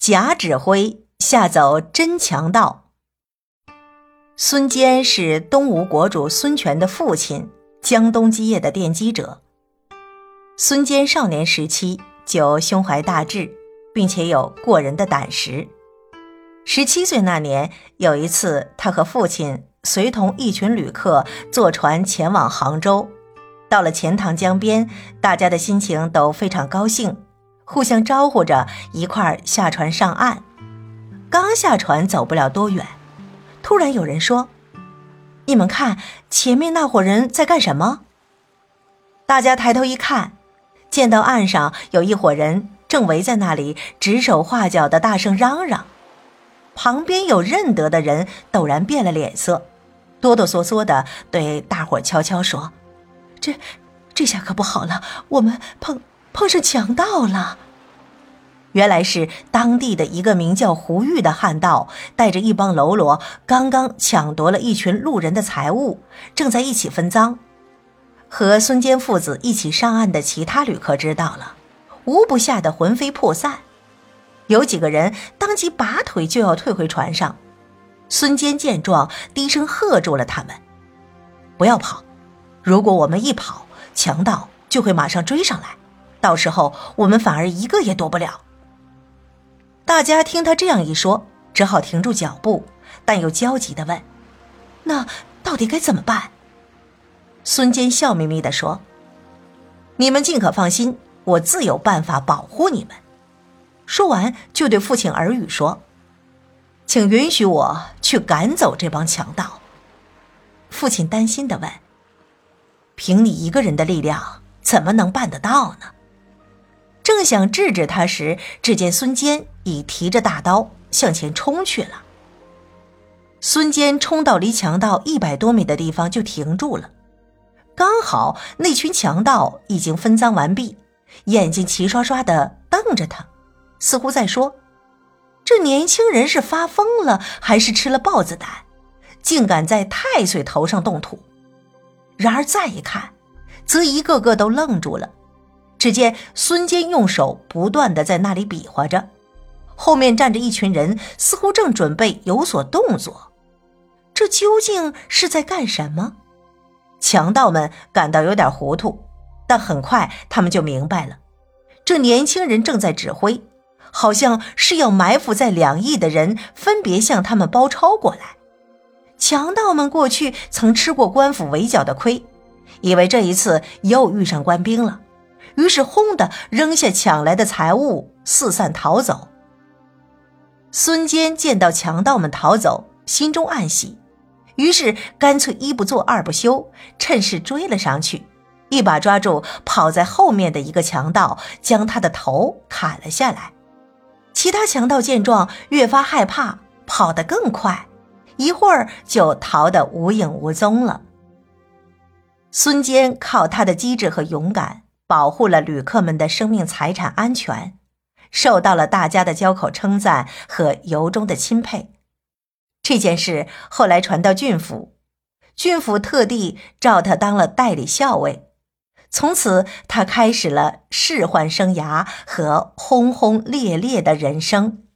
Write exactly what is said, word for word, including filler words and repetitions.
假指挥吓走真强盗。孙坚是东吴国主孙权的父亲，江东基业的奠基者。孙坚少年时期就胸怀大志，并且有过人的胆识。十七岁那年，有一次他和父亲随同一群旅客坐船前往杭州。到了钱塘江边，大家的心情都非常高兴，互相招呼着一块儿下船上岸。刚下船走不了多远，突然有人说：“你们看，前面那伙人在干什么？”大家抬头一看，见到岸上有一伙人正围在那里指手画脚的大声嚷嚷。旁边有认得的人陡然变了脸色，哆哆嗦嗦地对大伙悄悄说：“这这下可不好了，我们碰碰上强盗了。”原来是当地的一个名叫胡玉的汉盗，带着一帮喽啰，刚刚抢夺了一群路人的财物，正在一起分赃。和孙坚父子一起上岸的其他旅客知道了，无不吓得魂飞魄散。有几个人当即拔腿就要退回船上，孙坚见状，低声喝住了他们：“不要跑，如果我们一跑，强盗就会马上追上来，到时候我们反而一个也躲不了。”大家听他这样一说，只好停住脚步，但又焦急地问：“那到底该怎么办？”孙坚笑眯眯地说：“你们尽可放心，我自有办法保护你们。”说完就对父亲耳语说：“请允许我去赶走这帮强盗。”父亲担心地问：“凭你一个人的力量，怎么能办得到呢？”正想制止他时，只见孙坚已提着大刀向前冲去了。孙坚冲到离强盗一百多米的地方就停住了，刚好那群强盗已经分赃完毕，眼睛齐刷刷地瞪着他，似乎在说：“这年轻人是发疯了，还是吃了豹子胆，竟敢在太岁头上动土？”然而再一看，则一个个都愣住了。只见孙坚用手不断地在那里比划着，后面站着一群人，似乎正准备有所动作。这究竟是在干什么？强盗们感到有点糊涂，但很快他们就明白了，这年轻人正在指挥，好像是要埋伏在两翼的人分别向他们包抄过来。强盗们过去曾吃过官府围剿的亏，以为这一次又遇上官兵了，于是轰地扔下抢来的财物，四散逃走。孙坚见到强盗们逃走，心中暗喜，于是干脆一不做二不休，趁势追了上去，一把抓住跑在后面的一个强盗，将他的头砍了下来。其他强盗见状越发害怕，跑得更快，一会儿就逃得无影无踪了。孙坚靠他的机智和勇敢，保护了旅客们的生命财产安全，受到了大家的交口称赞和由衷的钦佩。这件事后来传到郡府，郡府特地召他当了代理校尉。从此他开始了仕宦生涯和轰轰烈烈的人生。